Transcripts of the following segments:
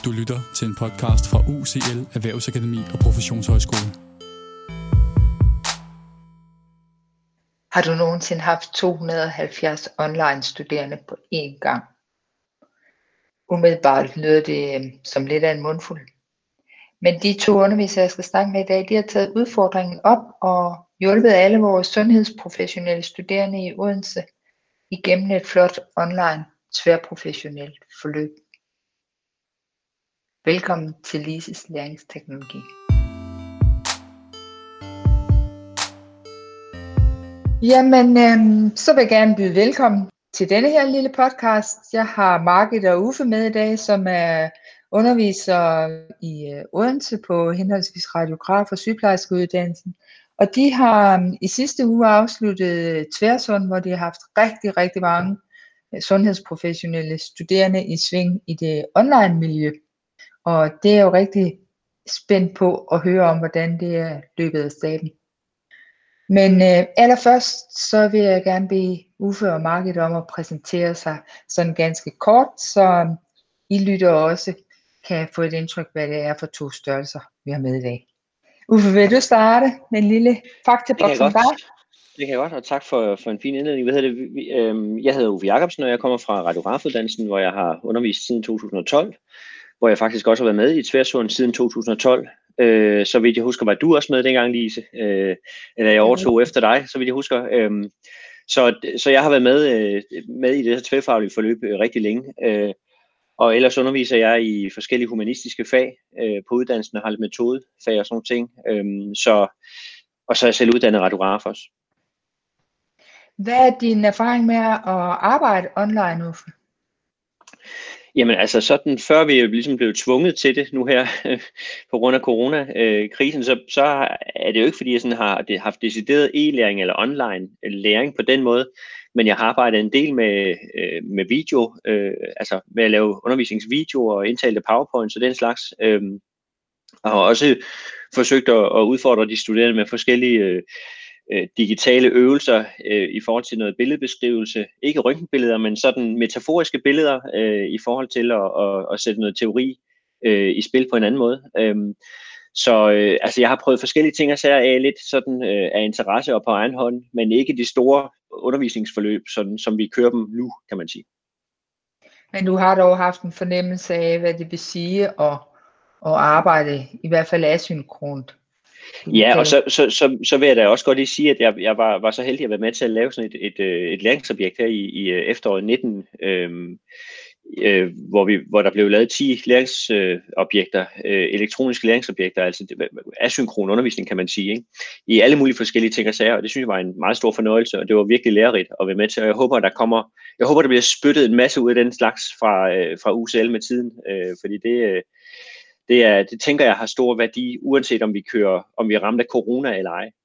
Du lytter til en podcast fra UCL Erhvervsakademi og Professionshøjskole. Har du nogensinde haft 270 online studerende på én gang? Umiddelbart lyder det som lidt af en mundfuld. Men de to undervisere, jeg skal snakke med i dag, de har taget udfordringen op og hjulpet alle vores sundhedsprofessionelle studerende i Odense igennem et flot online tværprofessionelt forløb. Velkommen til Lises Læringsteknologi. Jamen, så vil jeg gerne byde velkommen til denne her lille podcast. Jeg har Margit og Uffe med i dag, som er undervisere i Odense på henholdsvis radiograf- og sygeplejerskeuddannelsen. Og de har i sidste uge afsluttet Tværsund, hvor de har haft rigtig mange sundhedsprofessionelle studerende i sving i det online miljø. Og det er jo rigtig spændt på at høre om, hvordan det er løbet af staben. Men allerførst så vil jeg gerne bede Uffe og Margit om at præsentere sig sådan ganske kort, så I lytter også kan få et indtryk, hvad det er for to størrelser, vi har med i dag. Uffe, vil du starte med en lille faktaboks om dig? Det kan jeg godt, og tak for en fin indledning. Jeg hedder Uffe Jacobsen, og jeg kommer fra radiografuddannelsen, hvor jeg har undervist siden 2012, hvor jeg faktisk også har været med i Tværsund siden 2012. Så vidt jeg husker, var du også med dengang, Lise, eller jeg overtog efter dig, så vidt jeg husker. Så jeg har været med i det her tværfaglige forløb rigtig længe. Og ellers underviser jeg i forskellige humanistiske fag på uddannelsen og har lidt metodefag og sådan ting. Og så er jeg selv uddannet radiograf også. Hvad er din erfaring med at arbejde online, Uffe? Jamen altså sådan, før vi ligesom blev tvunget til det nu her på grund af coronakrisen, så er det jo ikke fordi, jeg sådan har haft decideret e-læring eller online læring på den måde, men jeg har arbejdet en del med video, altså med at lave undervisningsvideoer og indtalte PowerPoints og den slags, og har også forsøgt at udfordre de studerende med forskellige digitale øvelser i forhold til noget billedbeskrivelse, ikke røntgenbilleder, men sådan metaforiske billeder i forhold til at sætte noget teori i spil på en anden måde. Altså jeg har prøvet forskellige ting og sager af lidt sådan af interesse og på egen hånd, men ikke de store undervisningsforløb, sådan som vi kører dem nu, kan man sige. Men du har dog haft en fornemmelse af, hvad det vil sige at arbejde i hvert fald asynkront. Ja, og så vil jeg da også godt lige sige, at jeg var så heldig at være med til at lave sådan et læringsobjekt her i efteråret 19, hvor der blev lavet 10 læringsobjekter, elektroniske læringsobjekter, altså asynkron undervisning, kan man sige, ikke? I alle mulige forskellige ting og sager, og det synes jeg var en meget stor fornøjelse, og det var virkelig lærerigt at være med til, og jeg håber, der bliver spyttet en masse ud af den slags fra UCL med tiden, fordi det tænker jeg har stor værdi, uanset om vi er ramt af corona eller ej.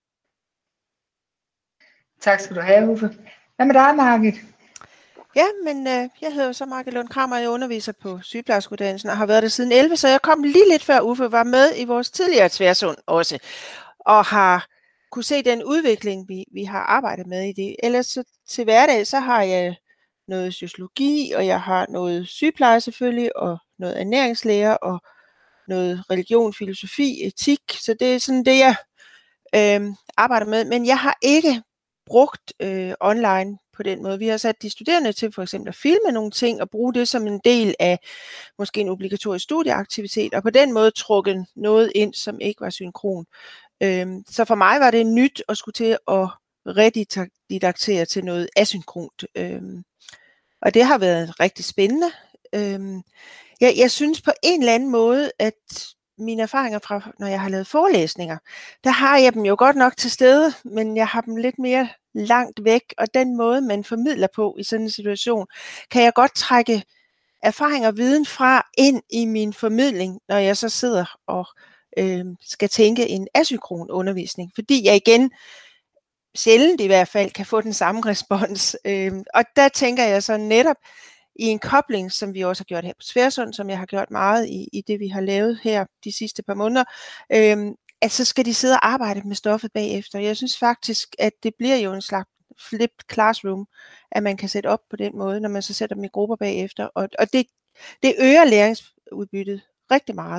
Tak skal du have, Uffe. Hvad med dig, Margit? Ja, men jeg hedder så Margit Lund Krammer, jeg underviser på sygeplejerskeuddannelsen og har været der siden 11, så jeg kom lige lidt før Uffe var med i vores tidligere Tværsund også, og har kunne se den udvikling, vi har arbejdet med i det. Ellers så til hverdag, så har jeg noget sociologi, og jeg har noget sygepleje selvfølgelig, og noget ernæringslære, og noget religion, filosofi, etik, så det er sådan det, jeg arbejder med. Men jeg har ikke brugt online på den måde. Vi har sat de studerende til for eksempel at filme nogle ting og bruge det som en del af måske en obligatorisk studieaktivitet, og på den måde trukket noget ind, som ikke var synkron. Så for mig var det nyt at skulle til at redidaktere til noget asynkront. Og det har været rigtig spændende. Jeg synes på en eller anden måde, at mine erfaringer fra, når jeg har lavet forelæsninger, der har jeg dem jo godt nok til stede, men jeg har dem lidt mere langt væk, og den måde, man formidler på i sådan en situation, kan jeg godt trække erfaring og viden fra ind i min formidling, når jeg så sidder og skal tænke en asynkron undervisning, fordi jeg igen sjældent i hvert fald kan få den samme respons. Og der tænker jeg så netop i en kobling, som vi også har gjort her på Tværsund, som jeg har gjort meget i det, vi har lavet her de sidste par måneder, at så skal de sidde og arbejde med stoffet bagefter. Jeg synes faktisk, at det bliver jo en slags flipped classroom, at man kan sætte op på den måde, når man så sætter dem i grupper bagefter. Og det øger udbyttet rigtig meget.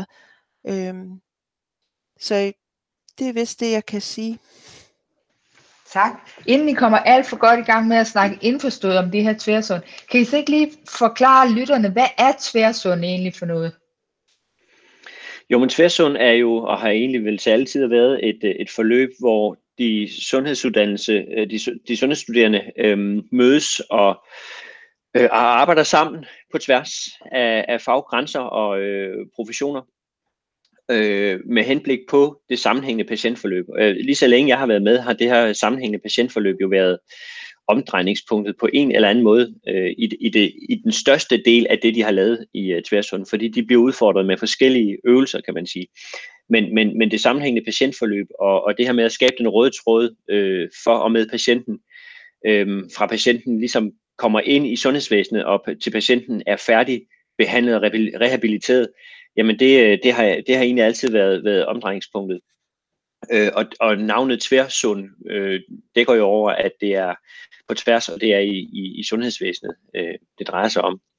Så det er vist det, jeg kan sige. Tak. Inden I kommer alt for godt i gang med at snakke indforstået om det her tværsund, kan I så ikke lige forklare lytterne, hvad er tværsund egentlig for noget? Jo, men tværsund er jo, og har egentlig vel til altid været et forløb, hvor de sundhedsstuderende mødes og arbejder sammen på tværs af faggrænser og professioner med henblik på det sammenhængende patientforløb. Lige så længe jeg har været med, har det her sammenhængende patientforløb jo været omdrejningspunktet på en eller anden måde i den største del af det, de har lavet i tværsund, fordi de bliver udfordret med forskellige øvelser, kan man sige. Men det sammenhængende patientforløb og det her med at skabe den røde tråd for og med patienten, fra patienten ligesom kommer ind i sundhedsvæsenet og til patienten er færdig behandlet og rehabiliteret, jamen det har egentlig altid været omdrejningspunktet. Og navnet tværsund dækker jo over, at det er på tværs, og det er i sundhedsvæsenet, det drejer sig om.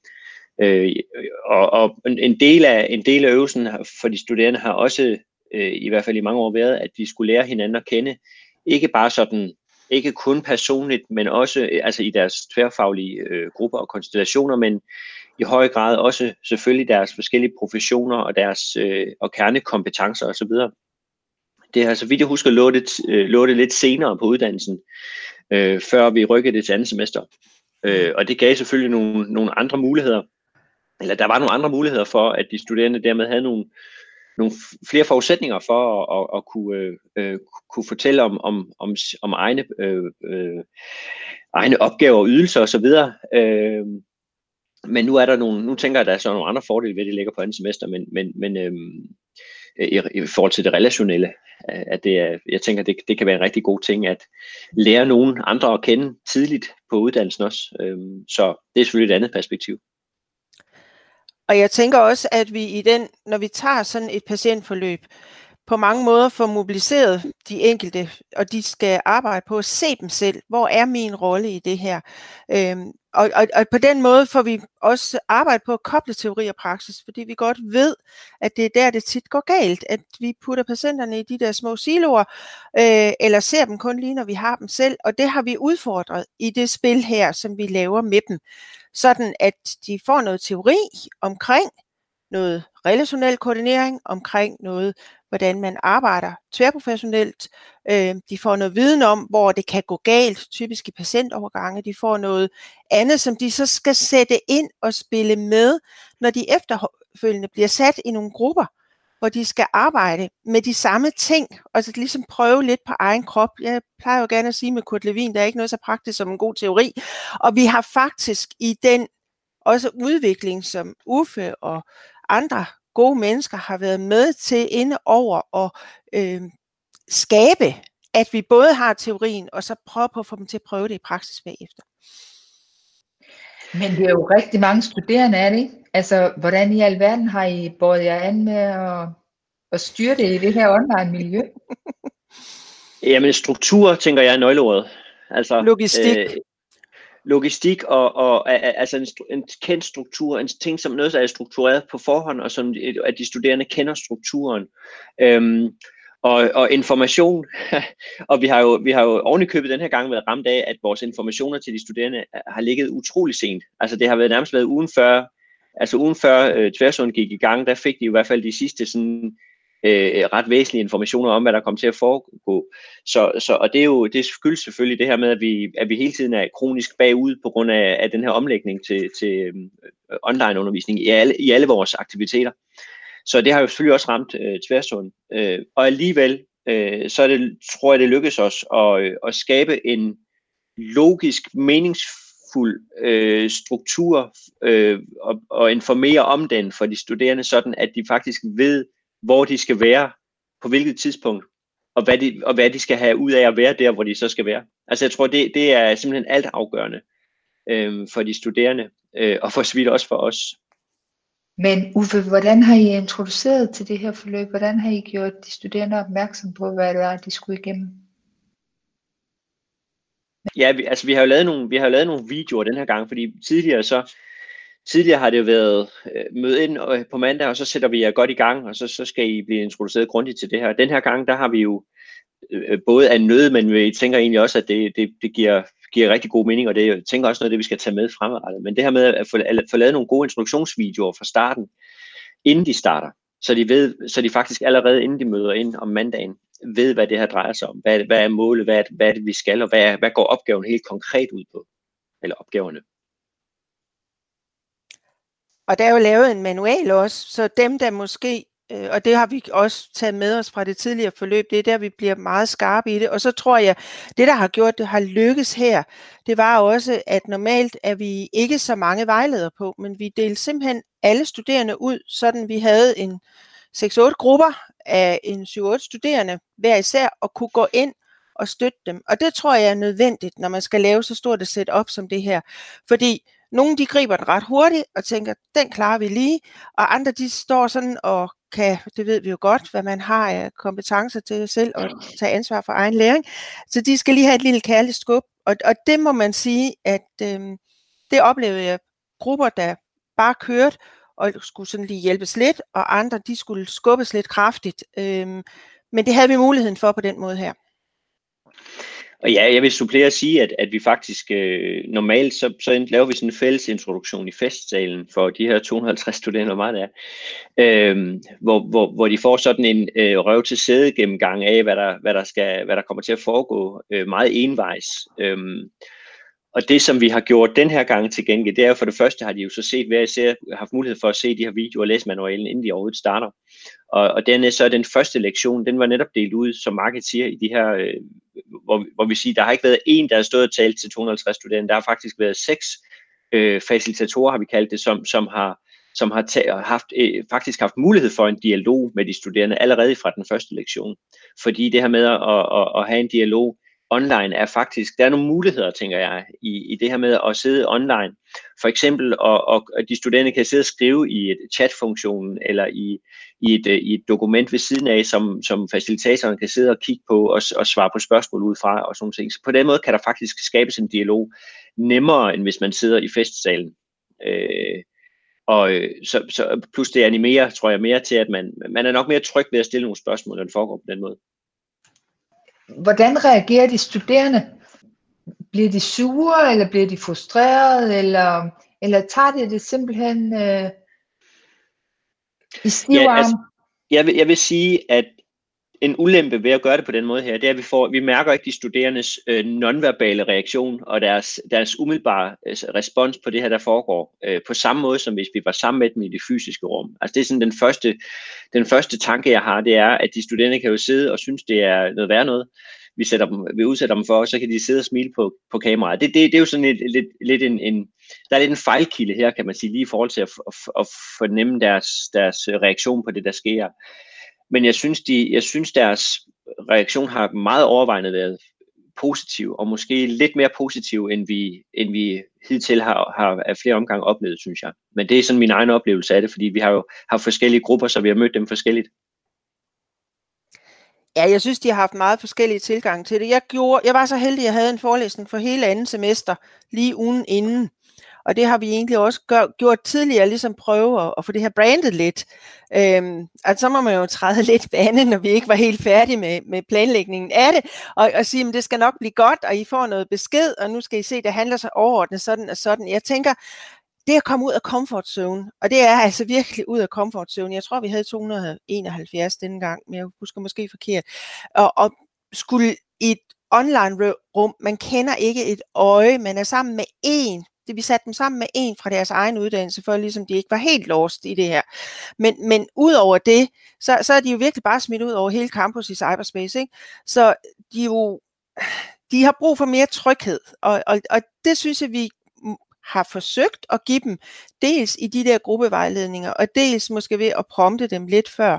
Og en del af øvelsen for de studerende har også, i hvert fald i mange år, været, at de skulle lære hinanden at kende, ikke bare sådan, ikke kun personligt, men også altså i deres tværfaglige grupper og konstellationer, men i høj grad også selvfølgelig deres forskellige professioner og deres og kernekompetencer osv. Det har, så vidt jeg husker, lå det lidt senere på uddannelsen, før vi rykkede det til andet semester. Og det gav selvfølgelig nogle andre muligheder, eller der var nogle andre muligheder for, at de studerende dermed havde nogle flere forudsætninger for at kunne fortælle om egne opgaver og ydelser osv. Men nu tænker jeg, at der er så nogle andre fordele ved, at det ligger på andet semester, men i forhold til det relationelle, at jeg tænker, at det kan være en rigtig god ting at lære nogen andre at kende tidligt på uddannelsen også. Så det er selvfølgelig et andet perspektiv. Og jeg tænker også, at vi når vi tager sådan et patientforløb, på mange måder får mobiliseret de enkelte, og de skal arbejde på at se dem selv. Hvor er min rolle i det her? Og på den måde får vi også arbejde på at koble teori og praksis, fordi vi godt ved, at det er der, det tit går galt, at vi putter patienterne i de der små siloer, eller ser dem kun lige, når vi har dem selv, og det har vi udfordret i det spil her, som vi laver med dem, sådan at de får noget teori omkring noget relationel koordinering, omkring noget, hvordan man arbejder tværprofessionelt. De får noget viden om, hvor det kan gå galt, typisk i patientovergange. De får noget andet, som de så skal sætte ind og spille med, når de efterfølgende bliver sat i nogle grupper, hvor de skal arbejde med de samme ting, og så ligesom prøve lidt på egen krop. Jeg plejer jo gerne at sige med Kurt Lewin, der er ikke noget så praktisk som en god teori. Og vi har faktisk i den også udvikling, som Uffe og andre gode mennesker har været med til inde over og skabe, at vi både har teorien, og så prøve på at få dem til at prøve det i praksis bagefter. Men det er jo rigtig mange studerende, er det ikke? Altså, hvordan i alverden har I båret jer an med at styre det i det her online-miljø? Jamen, struktur, tænker jeg, er nøgleordet. Altså, logistik og altså en kendt struktur, en ting som noget, der er struktureret på forhånd, og som at de studerende kender strukturen. Og information, og vi har jo oven i købet den her gang været ramt af, at vores informationer til de studerende har ligget utrolig sent. Altså det har nærmest været ugen før tværsund gik i gang, der fik de i hvert fald de sidste sådan ret væsentlige informationer om, hvad der kom til at foregå. Og det skyldes selvfølgelig det her med, at vi hele tiden er kronisk bagud på grund af den her omlægning til online undervisning i alle vores aktiviteter. Så det har jo selvfølgelig også ramt tværsund. Og alligevel, tror jeg, det lykkes os at skabe en logisk, meningsfuld struktur og informere om den for de studerende, sådan at de faktisk ved, hvor de skal være, på hvilket tidspunkt, og hvad de skal have ud af at være der, hvor de så skal være. Altså jeg tror, det er simpelthen altafgørende for de studerende, og for så vidt også for os. Men Uffe, hvordan har I introduceret til det her forløb? Hvordan har I gjort de studerende opmærksom på, hvad det er, de skulle igennem? Ja, vi har jo lavet nogle videoer den her gang, fordi tidligere så tidligere har det jo været møde ind på mandag, og så sætter vi jer godt i gang, og så skal I blive introduceret grundigt til det her. Den her gang, der har vi jo både af nød, men vi tænker egentlig også, at det giver rigtig god mening, og det jeg tænker også noget af det, vi skal tage med fremadrettet. Men det her med at få lavet nogle gode introduktionsvideoer fra starten, inden de starter, så de faktisk allerede inden de møder ind om mandagen, ved hvad det her drejer sig om. Hvad er målet, hvad er det vi skal, og hvad går opgaven helt konkret ud på? Eller opgaverne. Og der er jo lavet en manual også, så dem der måske, og det har vi også taget med os fra det tidligere forløb, det er der, vi bliver meget skarpe i det. Og så tror jeg, det der har gjort, det har lykkes her, det var også, at normalt er vi ikke så mange vejledere på, men vi delte simpelthen alle studerende ud, sådan vi havde en 6-8 grupper af en 7-8 studerende hver især, og kunne gå ind og støtte dem. Og det tror jeg er nødvendigt, når man skal lave så stort et setup som det her. Fordi nogle de griber den ret hurtigt og tænker, den klarer vi lige, og andre de står sådan og kan, det ved vi jo godt, hvad man har af kompetencer til selv at tage ansvar for egen læring. Så de skal lige have et lille kærligt skub, og det må man sige, at det oplevede jeg grupper, der bare kørte, og skulle sådan lige hjælpes lidt, og andre de skulle skubbes lidt kraftigt. Men det havde vi muligheden for på den måde her. Og ja, jeg vil supplere at sige, at vi faktisk normalt, så laver vi sådan en fælles introduktion i festsalen for de her 250 studerende, hvor meget det er, hvor de får sådan en røv til sæde gennemgang af, hvad der kommer til at foregå meget envejs. Og det, som vi har gjort den her gang til gengæld, det er jo for det første, har de jo så set hver især haft mulighed for at se de her videoer og læse manualen, inden de overhovedet starter. Og dernæst så er den første lektion, den var netop delt ud, som Margit siger, i de her, hvor vi siger, der har ikke været en, der har stået og talt til 250 studerende. Der har faktisk været 6 facilitatorer, har vi kaldt det, som har faktisk haft mulighed for en dialog med de studerende allerede fra den første lektion. Fordi det her med at have en dialog online er faktisk, der er nogle muligheder, tænker jeg, i det her med at sidde online. For eksempel, og de studerende kan sidde og skrive i et chatfunktionen, eller i et dokument ved siden af, som facilitatoren kan sidde og kigge på, og svare på spørgsmål udefra, og sådan ting. Så på den måde kan der faktisk skabes en dialog nemmere, end hvis man sidder i festsalen. Så plus det animerer, tror jeg, mere til, at man er nok mere tryg ved at stille nogle spørgsmål, når det foregår på den måde. Hvordan reagerer de studerende? Bliver de sure, eller bliver de frustrerede, eller tager de det simpelthen i stiv arm? Altså, jeg vil sige, at en ulempe ved at gøre det på den måde her, det er, at vi mærker ikke de studerendes nonverbale reaktion og deres umiddelbare respons på det her, der foregår, på samme måde, som hvis vi var sammen med dem i det fysiske rum. Altså det er sådan den første tanke, jeg har, det er, at de studerende kan jo sidde og synes, det er noget værd noget, vi udsætter dem for, og så kan de sidde og smile på kameraet. Det er jo sådan lidt der er lidt en fejlkilde her, kan man sige, lige i forhold til at fornemme deres reaktion på det, der sker. Men jeg synes deres reaktion har meget overvejende været positiv, og måske lidt mere positiv, end vi hidtil har af flere omgange oplevet, synes jeg. Men det er sådan min egen oplevelse af det, fordi vi har jo haft forskellige grupper, så vi har mødt dem forskelligt. Ja, jeg synes, de har haft meget forskellige tilgange til det. Jeg var så heldig, at jeg havde en forelæsning for hele andet semester, lige ugen inden. Og det har vi egentlig også gjort tidligere, ligesom prøve at få det her brandet lidt. Altså så må man jo træde lidt vande, når vi ikke var helt færdige med planlægningen af det, og sige, at det skal nok blive godt, og I får noget besked, og nu skal I se, det handler sig overordnet sådan og sådan. Jeg tænker, det at komme ud af comfort zone, og det er altså virkelig ud af comfort zone. Jeg tror, vi havde 271 denne gang, men jeg husker måske forkert. Og skulle i et online rum, man kender ikke et øje, man er sammen med en. Vi satte dem sammen med en fra deres egen uddannelse, for ligesom de ikke var helt lost i det her. Men ud over det, så er de jo virkelig bare smidt ud over hele campus i cyberspace, ikke? Så de har brug for mere tryghed, og det synes jeg, vi har forsøgt at give dem, dels i de der gruppevejledninger, og dels måske ved at prompte dem lidt før.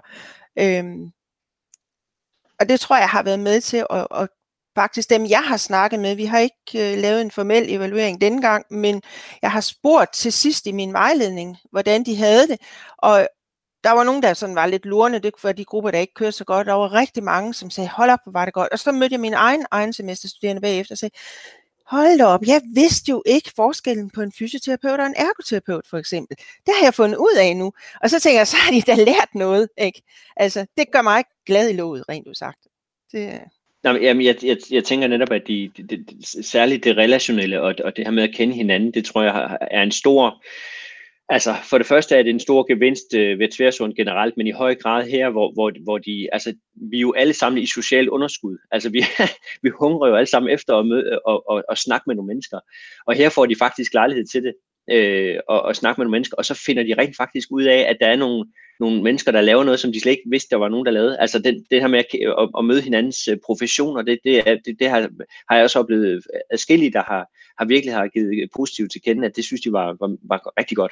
Og det tror jeg har været med til at faktisk dem, jeg har snakket med, vi har ikke lavet en formel evaluering denne gang, men jeg har spurgt til sidst i min vejledning, hvordan de havde det, og der var nogen, der sådan var lidt lurende, det var de grupper, der ikke kørte så godt. Der var rigtig mange, som sagde, hold op, hvor var det godt. Og så mødte jeg min egen semesterstuderende bagefter og sagde, hold da op, jeg vidste jo ikke forskellen på en fysioterapeut og en ergoterapeut for eksempel. Det har jeg fundet ud af nu. Og så tænker jeg, så har de da lært noget, ikke? Altså, det gør mig glad i låget, rent udsagt. Jamen, jeg tænker netop, at særligt det relationelle og det her med at kende hinanden, det tror jeg er en stor... Altså, for det første er det en stor gevinst ved tværsund generelt, men i høj grad her, hvor de, altså, vi er jo alle sammen i social underskud. Altså, vi hungrer jo alle sammen efter at møde og snakke med nogle mennesker. Og her får de faktisk lejlighed til det, og snakke med nogle mennesker, og så finder de rent faktisk ud af, at der er nogle mennesker, der laver noget, som de slet ikke vidste, der var nogen, der lavede. Altså, det her med at møde hinandens professioner, det har jeg også oplevet adskillige, der har virkelig givet positivt til kende, at det synes de var rigtig godt.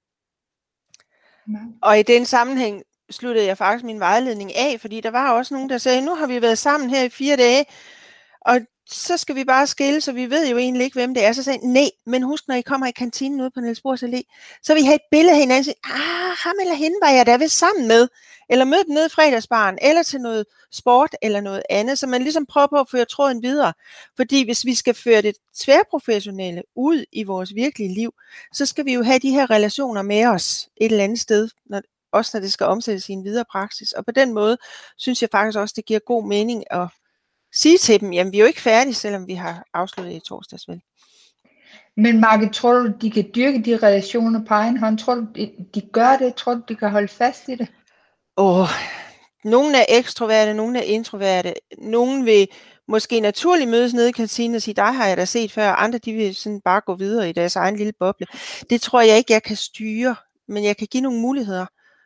Og i den sammenhæng sluttede jeg faktisk min vejledning af, fordi der var også nogen, der sagde, nu har vi været sammen her i 4 dage, og så skal vi bare skille, så vi ved jo egentlig ikke, hvem det er. Så sagde jeg, nej, men husk, når I kommer i kantinen ude på Niels Bohrs Allé, så vil I have et billede af hinanden og sige, ham eller hende var jeg der ved sammen med, eller mød dem nede i fredagsbaren, eller til noget sport eller noget andet, så man ligesom prøver på at føre tråden videre. Fordi hvis vi skal føre det tværprofessionelle ud i vores virkelige liv, så skal vi jo have de her relationer med os et eller andet sted, også når det skal omsættes i en videre praksis. Og på den måde synes jeg faktisk også, det giver god mening at sige til dem, jamen vi er jo ikke færdige, selvom vi har afsluttet i torsdags, vel? Men Margit, tror du, de kan dyrke de relationer på egen hånd? Tror du, de gør det? Tror du, de kan holde fast i det? Nogle er ekstroverte, nogle er introverte. Nogle vil måske naturligt mødes nede i kantinen og sige, dig har jeg da set før. Andre de vil sådan bare gå videre i deres egen lille boble. Det tror jeg ikke, jeg kan styre, men jeg kan give nogle muligheder.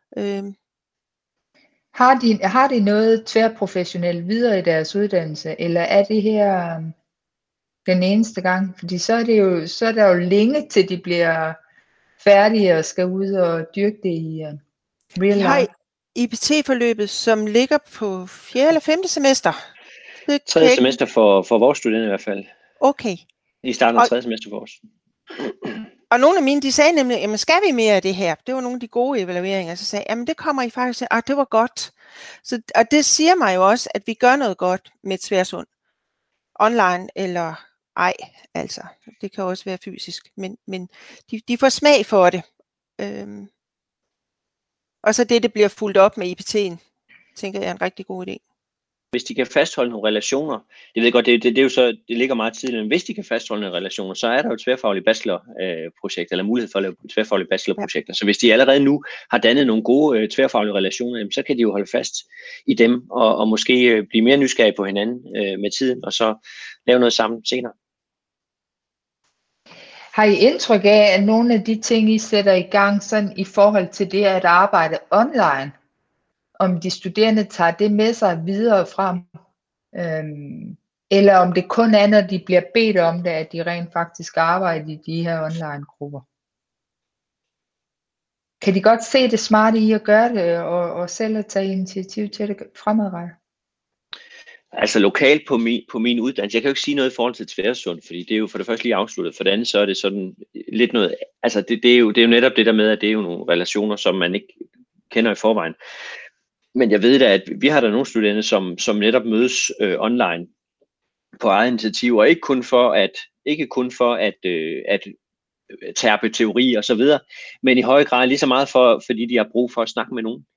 Har de noget tværprofessionelt videre i deres uddannelse, eller er det her den eneste gang? Fordi så er der jo længe til de bliver færdige og skal ud og dyrke det i real life. Har IPT-forløbet, som ligger på 4. eller 5. semester. 3. semester for vores studerende i hvert fald. Okay. I starten af 3. semester for os. Og nogle af mine, de sagde nemlig, jamen skal vi mere af det her? Det var nogle af de gode evalueringer. Så sagde jamen det kommer I faktisk til. Det var godt. Og det siger mig jo også, at vi gør noget godt med tværsund. Online eller ej, altså. Det kan også være fysisk. Men de får smag for det. Og så det bliver fuldt op med IPT'en, tænker jeg er en rigtig god idé. Hvis de kan fastholde nogle relationer, jeg ved godt, det er jo så, det ligger meget tidligt, men hvis de kan fastholde nogle relationer, så er der jo et tværfagligt bachelorprojekt, eller mulighed for at lave tværfaglige bachelorprojekter. Ja. Så hvis de allerede nu har dannet nogle gode tværfaglige relationer, så kan de jo holde fast i dem, og måske blive mere nysgerrige på hinanden med tiden, og så lave noget sammen senere. Har I indtryk af, at nogle af de ting, I sætter i gang sådan i forhold til det at arbejde online, om de studerende tager det med sig videre frem, eller om det kun er, når de bliver bedt om det, at de rent faktisk arbejder i de her online-grupper? Kan de godt se det smarte i at gøre det, og selv at tage initiativ til det fremadrettet? Altså lokalt på min uddannelse, jeg kan jo ikke sige noget i forhold til tværsund, fordi det er jo for det første lige afsluttet, for det andet så er det sådan lidt noget, altså det er jo netop det der med, at det er jo nogle relationer, som man ikke kender i forvejen. Men jeg ved da, at vi har der nogle studerende, som netop mødes online på eget initiativ, og ikke kun for at terapeuteori og så videre, men i høj grad lige så meget fordi de har brug for at snakke med nogen.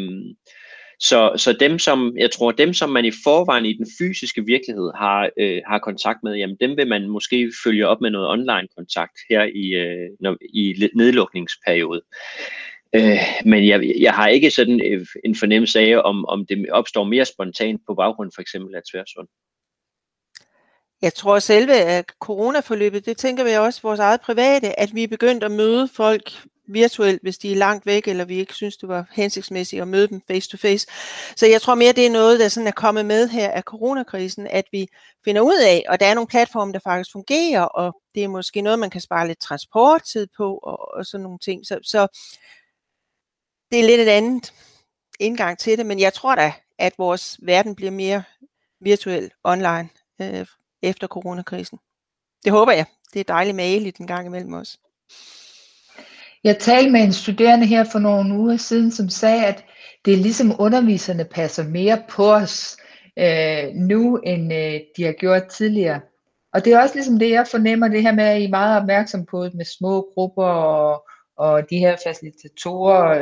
Så dem, som man i forvejen i den fysiske virkelighed har kontakt med, jamen dem vil man måske følge op med noget online kontakt her i nedlukningsperiode. Men jeg har ikke sådan en fornemmelse af, om det opstår mere spontant på baggrund for eksempel af tværsund. Jeg tror selve at coronaforløbet, det tænker vi også vores eget private, at vi er begyndt at møde folk virtuelt, hvis de er langt væk, eller vi ikke synes, det var hensigtsmæssigt at møde dem face to face. Så jeg tror mere, det er noget, der sådan er kommet med her af coronakrisen, at vi finder ud af, og der er nogle platforme, der faktisk fungerer, og det er måske noget, man kan spare lidt transporttid på, og sådan nogle ting. Så det er lidt et andet indgang til det, men jeg tror da, at vores verden bliver mere virtuel online efter coronakrisen. Det håber jeg. Det er dejligt mageligt en gang imellem os. Jeg talte med en studerende her for nogle uger siden, som sagde, at det er ligesom underviserne passer mere på os nu, end de har gjort tidligere. Og det er også ligesom det, jeg fornemmer, det her med, at I er meget opmærksom på med små grupper og de her facilitatorer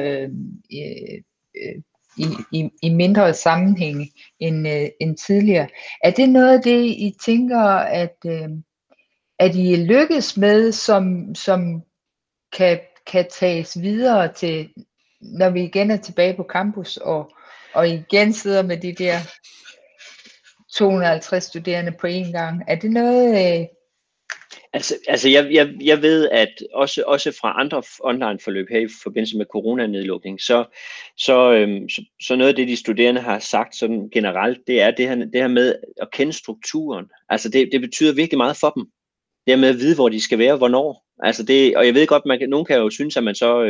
i mindre sammenhænge end tidligere. Er det noget af det, I tænker, at I lykkes med, som kan tages videre til, når vi igen er tilbage på campus, og igen sidder med de der 250 studerende på en gang? Er det noget... Altså jeg ved, at også fra andre online forløb her i forbindelse med coronanedlukning, så noget af det, de studerende har sagt sådan generelt, det er det her med at kende strukturen. Altså det betyder virkelig meget for dem. Det her med at vide, hvor de skal være, hvornår. Altså det, og jeg ved godt, nogen kan jo synes, at man så...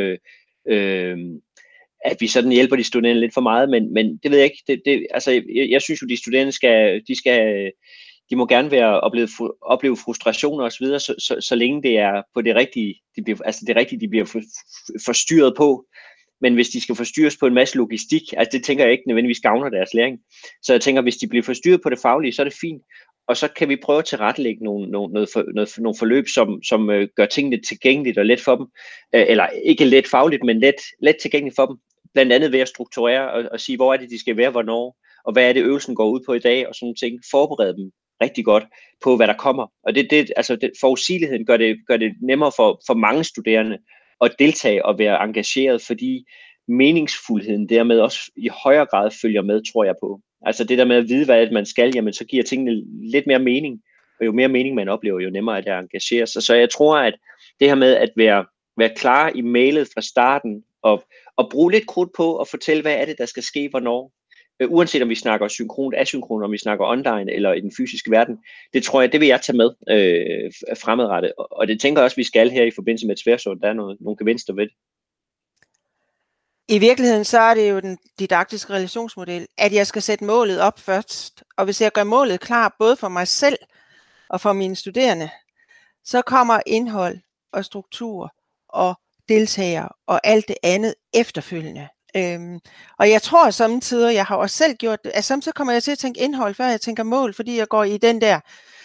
at vi sådan hjælper de studerende lidt for meget, men det ved jeg ikke. Altså jeg synes jo, de studerende de må gerne opleve frustrationer og så videre, så længe det er på det rigtige, de bliver forstyrret på. Men hvis de skal forstyrres på en masse logistik, altså det tænker jeg ikke nødvendigvis gavner deres læring. Så jeg tænker, hvis de bliver forstyrret på det faglige, så er det fint. Og så kan vi prøve at tilrettelægge nogle forløb, som gør tingene tilgængeligt og let for dem. Eller ikke let fagligt, men let tilgængeligt for dem. Blandt andet ved at strukturere og sige, hvor er det, de skal være, hvornår, og hvad er det, øvelsen går ud på i dag, og sådan nogle ting. Forberede dem rigtig godt på, hvad der kommer. Og forudsigeligheden gør det nemmere for mange studerende at deltage og være engageret, fordi meningsfuldheden dermed også i højere grad følger med, tror jeg på. Altså det der med at vide, hvad man skal, jamen så giver tingene lidt mere mening, og jo mere mening man oplever, jo nemmere er det at engagere sig. Så jeg tror, at det her med at være klar i mailet fra starten, og bruge lidt krudt på at fortælle, hvad er det, der skal ske, hvornår. Uanset om vi snakker synkront, asynkront, om vi snakker online eller i den fysiske verden, det tror jeg, det vil jeg tage med fremadrettet. Og det tænker jeg også, vi skal her i forbindelse med et tværsund. Der er nogle gevinster ved det. I virkeligheden så er det jo den didaktiske relationsmodel, at jeg skal sætte målet op først. Og hvis jeg gør målet klar, både for mig selv og for mine studerende, så kommer indhold og struktur og deltagere og alt det andet efterfølgende. Og jeg tror samtidig, jeg har også selv gjort det, at samtidig kommer jeg til at tænke indhold, før jeg tænker mål, fordi jeg går i den der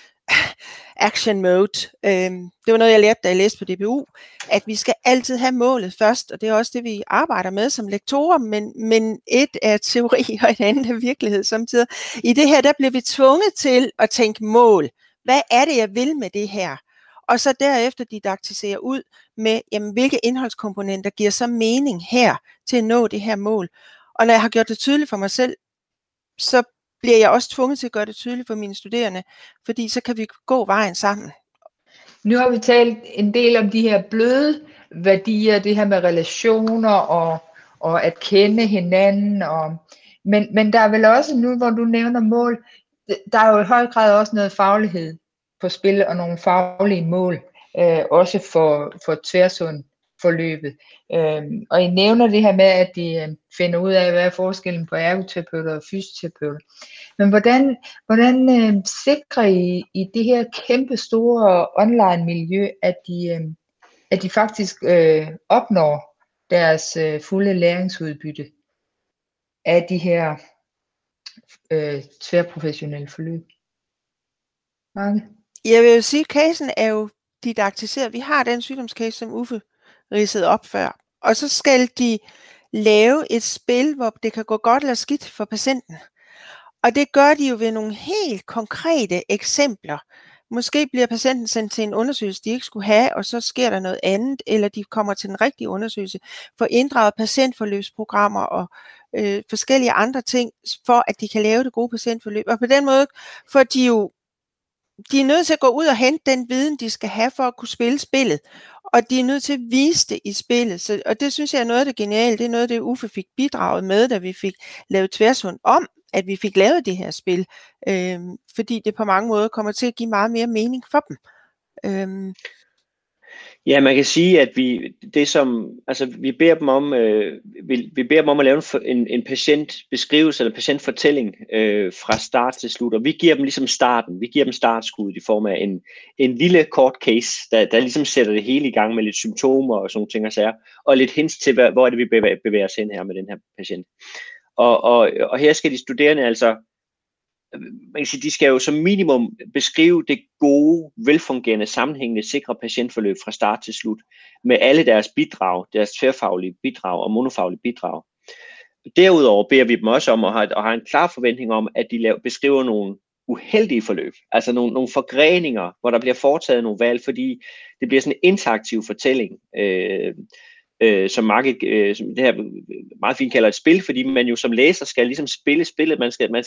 action mode. Det var noget, jeg lærte, da jeg læste på DBU, at vi skal altid have målet først, og det er også det, vi arbejder med som lektorer, men et er teori, og et andet er virkelighed samtidig. I det her, der bliver vi tvunget til at tænke mål. Hvad er det, jeg vil med det her? Og så derefter didaktisere ud med, jamen, hvilke indholdskomponenter giver så mening her til at nå det her mål. Og når jeg har gjort det tydeligt for mig selv, så bliver jeg også tvunget til at gøre det tydeligt for mine studerende, fordi så kan vi gå vejen sammen. Nu har vi talt en del om de her bløde værdier, det her med relationer og at kende hinanden. Men der er vel også nu, hvor du nævner mål, der er jo i høj grad også noget faglighed på spil og nogle faglige mål, også for tværsund forløbet. Og I nævner det her med, at de finder ud af, hvad er forskellen på ergoterapeuter og fysioterapeuter. Men hvordan sikrer I det her kæmpe store online miljø, at de faktisk opnår deres fulde læringsudbytte af de her tværprofessionelle forløb? Mange. Jeg vil jo sige, at casen er jo didaktiseret. Vi har den sygdomscase, som Uffe ridsede op før. Og så skal de lave et spil, hvor det kan gå godt eller skidt for patienten. Og det gør de jo ved nogle helt konkrete eksempler. Måske bliver patienten sendt til en undersøgelse, de ikke skulle have, og så sker der noget andet, eller de kommer til den rigtige undersøgelse, får inddraget patientforløbsprogrammer og forskellige andre ting, for at de kan lave det gode patientforløb. Og på den måde får de er nødt til at gå ud og hente den viden, de skal have for at kunne spille spillet. Og de er nødt til at vise det i spillet. Og det synes jeg er noget af det geniale. Det er noget af det, Uffe fik bidraget med, da vi fik lavet Tværsund om, at vi fik lavet det her spil. Fordi det på mange måder kommer til at give meget mere mening for dem. Ja, man kan sige, at vi beder dem om, at lave en patientbeskrivelse eller patientfortælling fra start til slut, og vi giver dem ligesom starten, vi giver dem startskuddet i form af en lille kort case, der ligesom sætter det hele i gang med lidt symptomer og sådan ting og sager, og lidt hints til, hvor er det, vi bevæger os hen her med den her patient. Og her skal de studerende altså man kan sige, de skal jo som minimum beskrive det gode, velfungerende, sammenhængende, sikre patientforløb fra start til slut, med alle deres bidrag, deres tværfaglige bidrag og monofaglige bidrag. Derudover beder vi dem også om, og har en klar forventning om, at de beskriver nogle uheldige forløb, altså nogle forgreninger, hvor der bliver foretaget nogle valg, fordi det bliver sådan en interaktiv fortælling, som markedet, som det her meget fint kalder et spil, fordi man jo som læser skal ligesom spille spillet,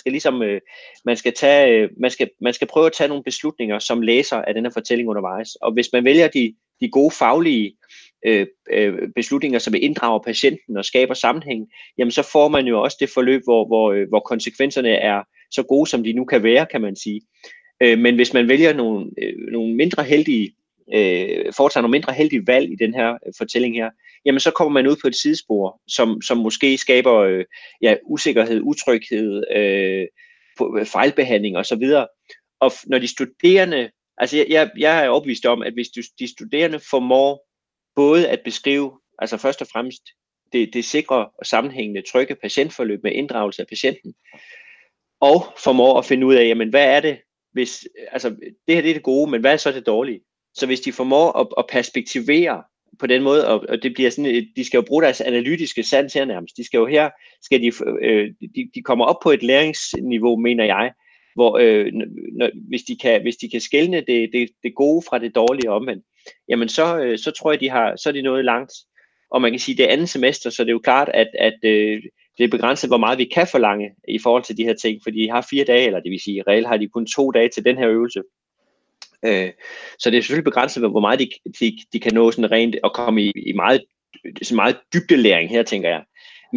man skal prøve at tage nogle beslutninger som læser af den her fortælling undervejs, og hvis man vælger de gode faglige beslutninger, som inddrager patienten og skaber sammenhæng, jamen så får man jo også det forløb, hvor konsekvenserne er så gode, som de nu kan være, kan man sige. Men hvis man vælger nogle mindre heldige, foretager nogle mindre heldige valg i den her fortælling her, jamen så kommer man ud på et sidespor, som måske skaber usikkerhed, utryghed, fejlbehandling osv. Og når de studerende, altså jeg er overbevist om, at hvis de studerende formår både at beskrive, altså først og fremmest det sikre og sammenhængende trygge patientforløb med inddragelse af patienten, og formår at finde ud af, jamen hvad er det, hvis, altså det her det er det gode, men hvad er så det dårlige? Så hvis de formår at perspektivere på den måde, og det bliver sådan, de skal jo bruge deres analytiske sans her nærmest, de skal jo her, de kommer op på et læringsniveau, mener jeg, hvor hvis de kan skelne det gode fra det dårlige omvendt, jamen så tror jeg, så er de nået langt. Og man kan sige, det er andet semester, så det er jo klart, at det er begrænset, hvor meget vi kan forlange i forhold til de her ting, fordi de har 4 dage, eller det vil sige, reelt har de kun 2 dage til den her øvelse. Så det er selvfølgelig begrænset, hvor meget de kan nå sådan rent og komme i meget dybdelæring her, tænker jeg.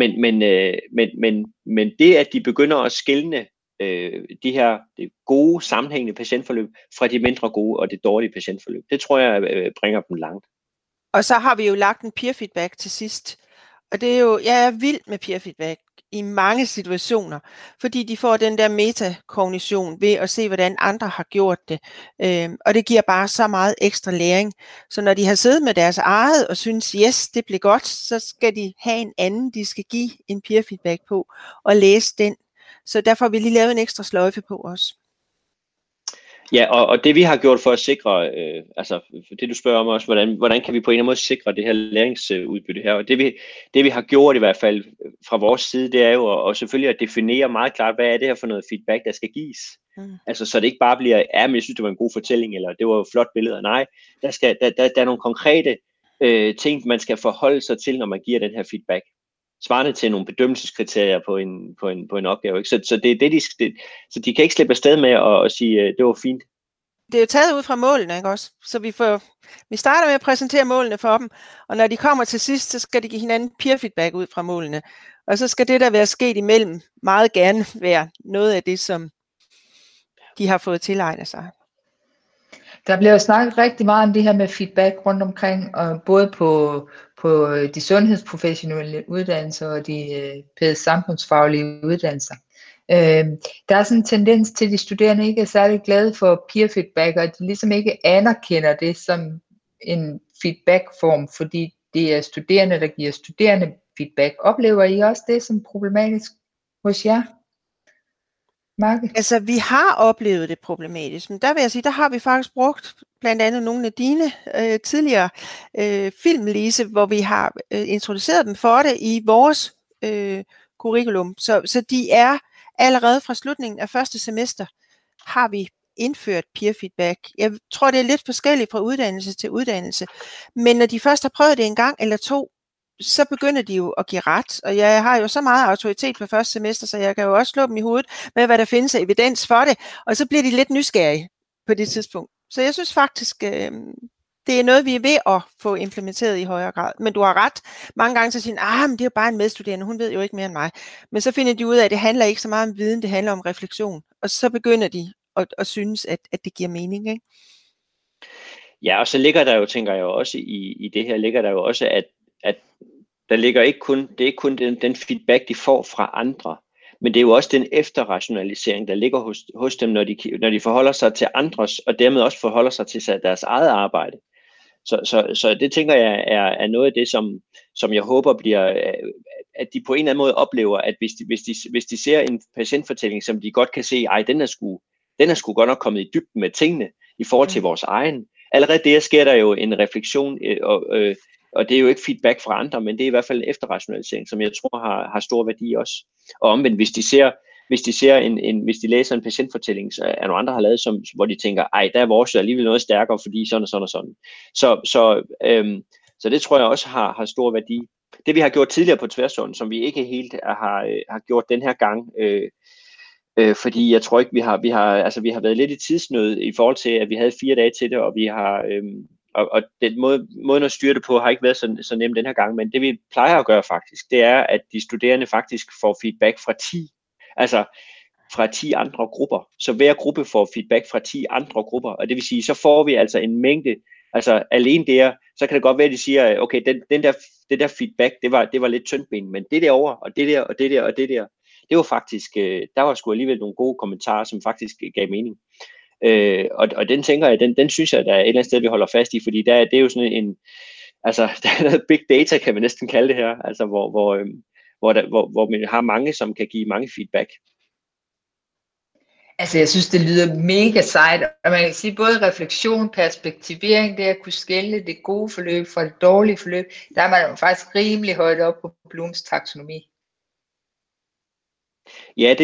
Men det, at de begynder at skelne det gode, sammenhængende patientforløb fra de mindre gode og det dårlige patientforløb, det tror jeg bringer dem langt. Og så har vi jo lagt en peer feedback til sidst. Og det er jo, jeg er vild med peer feedback i mange situationer, fordi de får den der metakognition ved at se, hvordan andre har gjort det. Og det giver bare så meget ekstra læring. Så når de har siddet med deres eget og synes, yes, det blev godt, så skal de have en anden, de skal give en peer feedback på og læse den. Så derfor har vi lige lavet en ekstra sløjfe på os. Ja, og det vi har gjort for at sikre, altså det du spørger om også, hvordan kan vi på en eller anden måde sikre det her læringsudbytte her, og det vi har gjort i hvert fald fra vores side, det er jo og selvfølgelig at definere meget klart, hvad er det her for noget feedback, der skal gives. Altså så det ikke bare bliver, men jeg synes det var en god fortælling, eller det var jo flot billeder. Nej, der er nogle konkrete ting, man skal forholde sig til, når man giver den her feedback. Svarende til nogle bedømmelseskriterier på en opgave. Ikke? Så det er det, så de kan ikke slippe afsted med at sige, det var fint. Det er jo taget ud fra målene, ikke også? Så vi starter med at præsentere målene for dem, og når de kommer til sidst, så skal de give hinanden peer feedback ud fra målene. Og så skal det, der være sket imellem, meget gerne være noget af det, som de har fået tilegnet sig. Der bliver jo snakket rigtig meget om det her med feedback rundt omkring, og både på de sundhedsprofessionelle uddannelser og de samfundsfaglige uddannelser. Der er sådan en tendens til, at de studerende ikke er særlig glade for peer feedback, og de ligesom ikke anerkender det som en feedback-form, fordi det er studerende, der giver studerende feedback. Oplever I også det som problematisk hos jer? Marke? Altså, vi har oplevet det problematisk, men der vil jeg sige, der har vi faktisk brugt blandt andet nogle af dine tidligere film, Lise, hvor vi har introduceret dem for det i vores curriculum. Så de er allerede fra slutningen af første semester, har vi indført peer feedback. Jeg tror, det er lidt forskelligt fra uddannelse til uddannelse, men når de først har prøvet det en gang eller to, så begynder de jo at give ret, og jeg har jo så meget autoritet på første semester, så jeg kan jo også slå dem i hovedet med, hvad der findes af evidens for det, og så bliver de lidt nysgerrige på det tidspunkt. Så jeg synes faktisk, det er noget, vi er ved at få implementeret i højere grad. Men du har ret. Mange gange så siger de, men det er jo bare en medstuderende, hun ved jo ikke mere end mig. Men så finder de ud af, at det handler ikke så meget om viden, det handler om refleksion. Og så begynder de at synes, at det giver mening, ikke? Ja, og så ligger der jo, tænker jeg også, i det her ligger der jo også, at der ligger ikke kun, det er ikke kun den feedback, de får fra andre, men det er jo også den efterrationalisering, der ligger hos dem, når de forholder sig til andres, og dermed også forholder sig til deres eget arbejde. Så det tænker jeg er noget af det, som jeg håber bliver, at de på en eller anden måde oplever, at hvis de ser en patientfortælling, som de godt kan se, den er sgu godt nok kommet i dybden med tingene i forhold til vores egen. Allerede der sker der jo en refleksion, og det er jo ikke feedback fra andre, men det er i hvert fald en efterrationalisering, som jeg tror har stor værdi også. Og omvendt, hvis de læser en patientfortælling, så er nogle andre har lavet, hvor de tænker, der er vores alligevel noget stærkere, fordi sådan og sådan og sådan. Så det tror jeg også har stor værdi. Det vi har gjort tidligere på Tværsund, som vi ikke helt har gjort den her gang, fordi jeg tror ikke, vi har været lidt i tidsnød i forhold til, at vi havde 4 dage til det, og vi har og den måden at styre det på har ikke været så nemt den her gang, men det vi plejer at gøre faktisk, det er, at de studerende faktisk får feedback fra 10 andre grupper. Så hver gruppe får feedback fra 10 andre grupper, og det vil sige, så får vi altså en mængde, altså alene der, så kan det godt være, at de siger, okay, det der feedback, det var lidt tyndben, men det derovre, og det der, og det der, og det der, det var faktisk, der var sgu alligevel nogle gode kommentarer, som faktisk gav mening. Og den tænker jeg, den synes jeg, der er et eller andet sted, vi holder fast i, fordi det er jo sådan en, altså der er noget big data, kan man næsten kalde det her, altså hvor man har mange, som kan give mange feedback. Altså jeg synes, det lyder mega sejt, og man kan sige både refleksion, perspektivering, det at kunne skelne det gode forløb fra det dårlige forløb, der er man jo faktisk rimelig højt op på Blums taksonomi. Ja,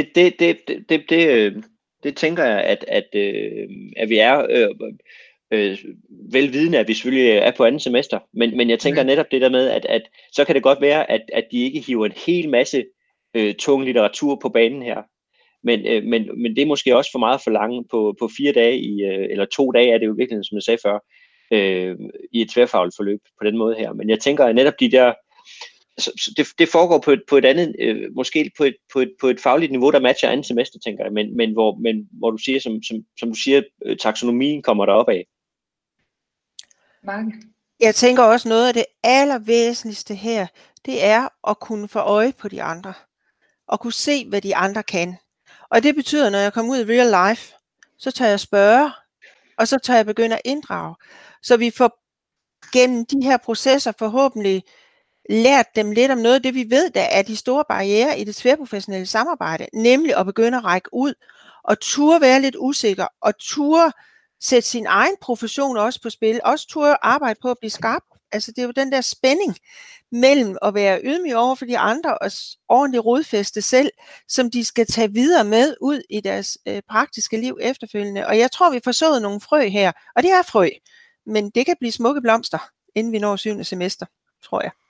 det tænker jeg, at vi er velvidende, at vi selvfølgelig er på andet semester, men jeg tænker netop det der med, at så kan det godt være, at de ikke hiver en hel masse tung litteratur på banen her, men det er måske også for meget for langt på 4 dage, eller 2 dage er det jo virkelig, som jeg sagde før, i et tværfagligt forløb på den måde her, men jeg tænker at netop de der, det foregår på et andet, måske på et fagligt niveau, der matcher andet semester, tænker jeg, men hvor du siger, som du siger, taksonomien kommer derop af. Mange. Jeg tænker også noget af det allervæsentligste her, det er at kunne få øje på de andre, og kunne se, hvad de andre kan. Og det betyder, når jeg kommer ud i real life, så tager jeg spørge, og så tager jeg begynde at inddrage. Så vi får gennem de her processer forhåbentlig lært dem lidt om noget af det, vi ved, der er de store barrierer i det tværprofessionelle samarbejde, nemlig at begynde at række ud og turde være lidt usikker, og turde sætte sin egen profession også på spil, også turde arbejde på at blive skarp. Altså det er jo den der spænding mellem at være ydmyg over for de andre og ordentligt rodfæste selv, som de skal tage videre med ud i deres praktiske liv efterfølgende. Og jeg tror, vi får sået nogle frø her, og det er frø, men det kan blive smukke blomster, inden vi når 7. semester, tror jeg.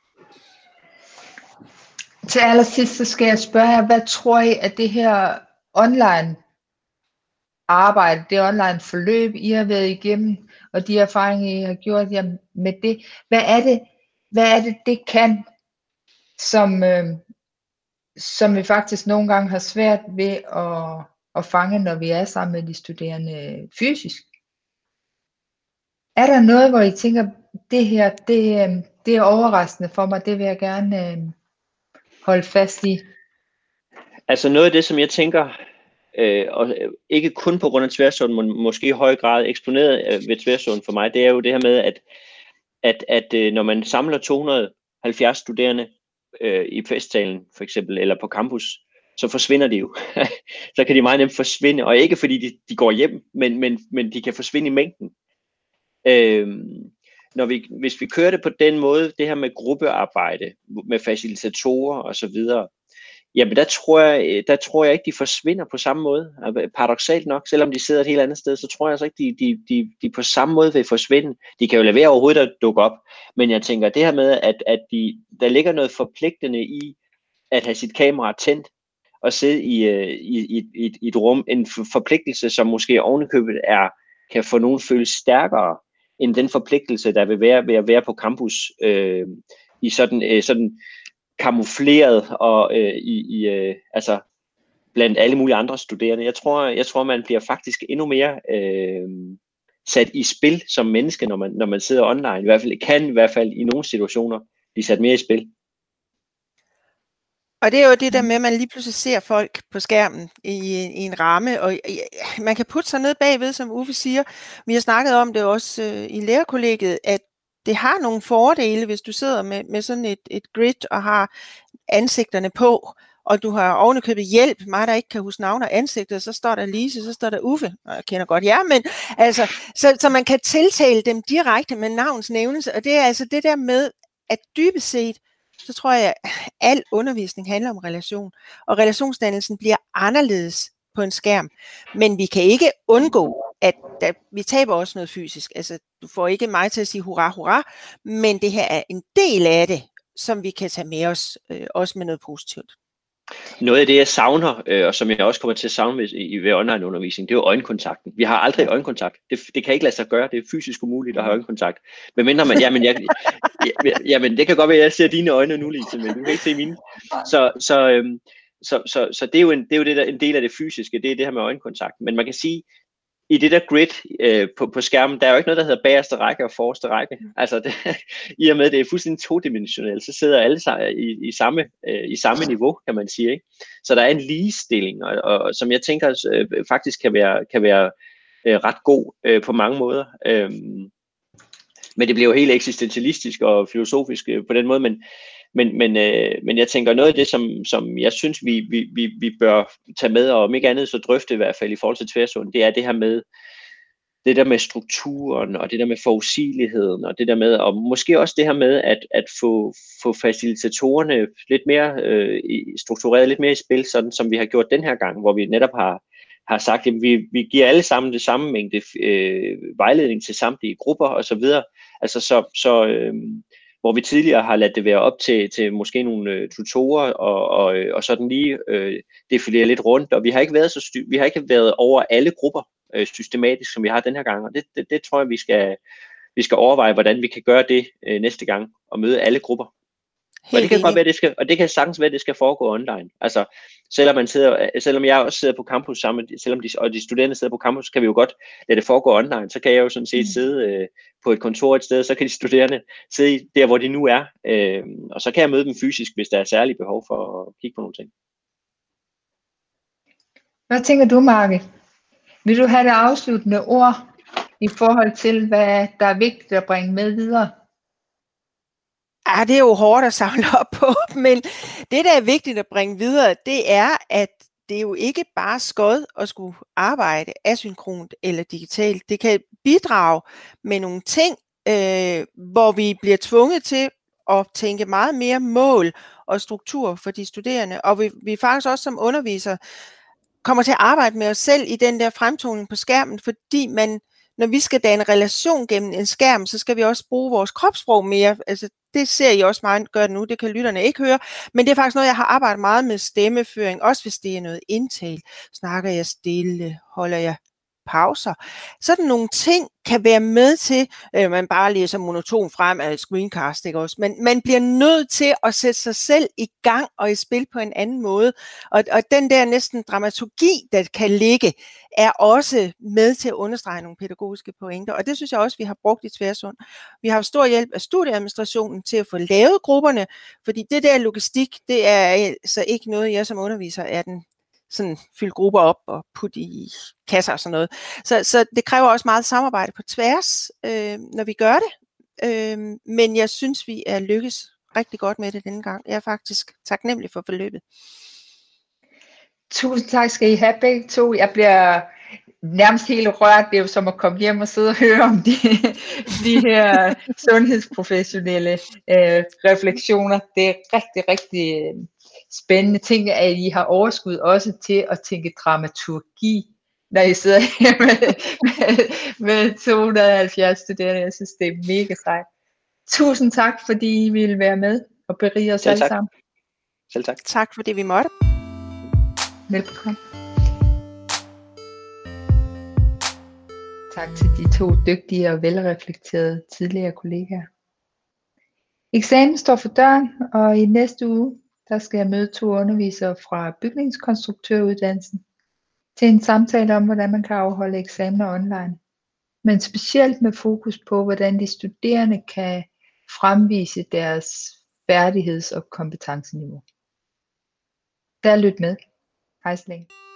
Til allersidst, så skal jeg spørge jer, hvad tror I, at det her online arbejde, det online forløb, I har været igennem, og de erfaringer, I har gjort jer med det, hvad er det kan, som vi faktisk nogle gange har svært ved at fange, når vi er sammen med de studerende fysisk? Er der noget, hvor I tænker, det her, det er overraskende for mig, det vil jeg gerne holde fast i? Altså noget af det, som jeg tænker, og ikke kun på grund af Tværsund, men måske i høj grad eksponeret ved Tværsund for mig, det er jo det her med, at når man samler 270 studerende i festsalen for eksempel, eller på campus, så forsvinder de jo. Så kan de meget nemt forsvinde, og ikke fordi de går hjem, men de kan forsvinde i mængden. Hvis vi kører det på den måde, det her med gruppearbejde, med facilitatorer og så videre, jamen der tror jeg ikke, de forsvinder på samme måde. Paradoksalt nok, selvom de sidder et helt andet sted, så tror jeg altså ikke, de på samme måde vil forsvinde. De kan jo lade være overhovedet at dukke op. Men jeg tænker, det her med, at der ligger noget forpligtende i, at have sit kamera tændt, og sidde i et rum, en forpligtelse, som måske ovenikøbet kan få nogen føles stærkere, end den forpligtelse, der vil være ved at være på campus, i sådan kamufleret og altså blandt alle mulige andre studerende. Jeg tror man bliver faktisk endnu mere sat i spil som menneske, når man sidder online. I hvert fald i nogle situationer blive sat mere i spil. Og det er jo det der med, at man lige pludselig ser folk på skærmen i en ramme, og man kan putte sig ned bagved, som Uffe siger. Vi har snakket om det også i lærerkollegiet, at det har nogle fordele, hvis du sidder med sådan et grid og har ansigterne på, og du har ovenikøbet hjælp, mig der ikke kan huske navn og ansigter, så står der Lise, så står der Uffe, og jeg kender godt jer, men altså, så man kan tiltale dem direkte med navns nævnelse, og det er altså det der med, at dybest set, så tror jeg, at al undervisning handler om relation, og relationsdannelsen bliver anderledes på en skærm, men vi kan ikke undgå, at vi taber også noget fysisk, altså du får ikke mig til at sige hurra, hurra, men det her er en del af det, som vi kan tage med os, også med noget positivt. Noget af det, jeg savner, og som jeg også kommer til at savne ved online-undervisning, det er jo øjenkontakten. Vi har aldrig øjenkontakt. Det kan ikke lade sig gøre. Det er fysisk umuligt at have øjenkontakt. Men mindre man, jamen det kan godt være, at jeg ser dine øjne nu, Lise, men du kan ikke se mine. Så det er jo, en del af det fysiske, det er det her med øjenkontakt. Men man kan sige, i det der grid på skærmen, der er jo ikke noget, der hedder bagerste række og forreste række. Altså i og med, det er fuldstændig todimensionelt, så sidder alle i samme niveau, kan man sige. Ikke? Så der er en ligestilling, og som jeg tænker faktisk kan være ret god på mange måder. Men det bliver jo helt eksistentialistisk og filosofisk på den måde, men jeg tænker noget af det, som jeg synes, vi bør tage med, og om ikke andet så drøfte i hvert fald i forhold til Tværsund, det er det der med strukturen, og det der med forudsigeligheden, og det der med, og måske også det her med at få facilitatorerne lidt mere struktureret, lidt mere i spil, sådan som vi har gjort den her gang, hvor vi netop har sagt, at vi giver alle sammen det samme mængde vejledning til samtlige grupper og så videre. Altså hvor vi tidligere har ladet det være op til måske nogle tutorer og sådan lige defilere lidt rundt, og vi har ikke været over alle grupper systematisk, som vi har den her gang, og det tror jeg vi skal overveje, hvordan vi kan gøre det næste gang og møde alle grupper. Og det kan godt være, og det kan sagtens være, at det skal foregå online. Altså, selvom jeg også sidder på campus sammen, og de studerende sidder på campus, kan vi jo godt lade det foregå online. Så kan jeg jo sådan set sidde på et kontor et sted, så kan de studerende sidde der, hvor de nu er. Og så kan jeg møde dem fysisk, hvis der er særlig behov for at kigge på nogle ting. Hvad tænker du, Marke? Vil du have det afsluttende ord i forhold til, hvad der er vigtigt at bringe med videre? Ja, det er jo hårdt at samle op på, men det, der er vigtigt at bringe videre, det er, at det er jo ikke bare skod at skulle arbejde asynkront eller digitalt. Det kan bidrage med nogle ting, hvor vi bliver tvunget til at tænke meget mere mål og struktur for de studerende, og vi faktisk også som undervisere kommer til at arbejde med os selv i den der fremtoning på skærmen, fordi når vi skal danne relation gennem en skærm, så skal vi også bruge vores kropssprog mere. Altså, det ser I også meget gøre nu, det kan lytterne ikke høre, men det er faktisk noget, jeg har arbejdet meget med stemmeføring, også hvis det er noget indtale. Snakker jeg stille, holder jeg pauser. Sådan nogle ting kan være med til, man bare læser monoton frem af screencast, ikke også? Men man bliver nødt til at sætte sig selv i gang og i spil på en anden måde. Og den der næsten dramaturgi, der kan ligge, er også med til at understrege nogle pædagogiske pointer. Og det synes jeg også, vi har brugt i Tværsund. Vi har haft stor hjælp af studieadministrationen til at få lavet grupperne, fordi det der logistik, det er altså ikke noget, jeg som underviser er den sådan fylde grupper op og putte i kasser og sådan noget. Så det kræver også meget samarbejde på tværs, når vi gør det. Men jeg synes, vi er lykkes rigtig godt med det denne gang. Jeg er faktisk taknemmelig for forløbet. Tusind tak skal I have begge to. Jeg bliver nærmest helt rørt. Det er jo som at komme hjem og sidde og høre om de her sundhedsprofessionelle refleksioner. Det er rigtig, rigtig spændende ting, at I har overskud også til at tænke dramaturgi, når I sidder her med 270 studerende. Jeg synes, det er mega sejt. Tusind tak, fordi I ville være med og berige os alle sammen. Selv tak. Tak, fordi vi måtte. Velbekomme. Tak til de to dygtige og velreflekterede tidligere kollegaer. Eksamen står for døren, og i næste uge, der skal jeg møde 2 undervisere fra bygningskonstruktøruddannelsen til en samtale om, hvordan man kan afholde eksamener online. Men specielt med fokus på, hvordan de studerende kan fremvise deres færdigheds- og kompetenceniveau. Der lyt med. Hej så længe.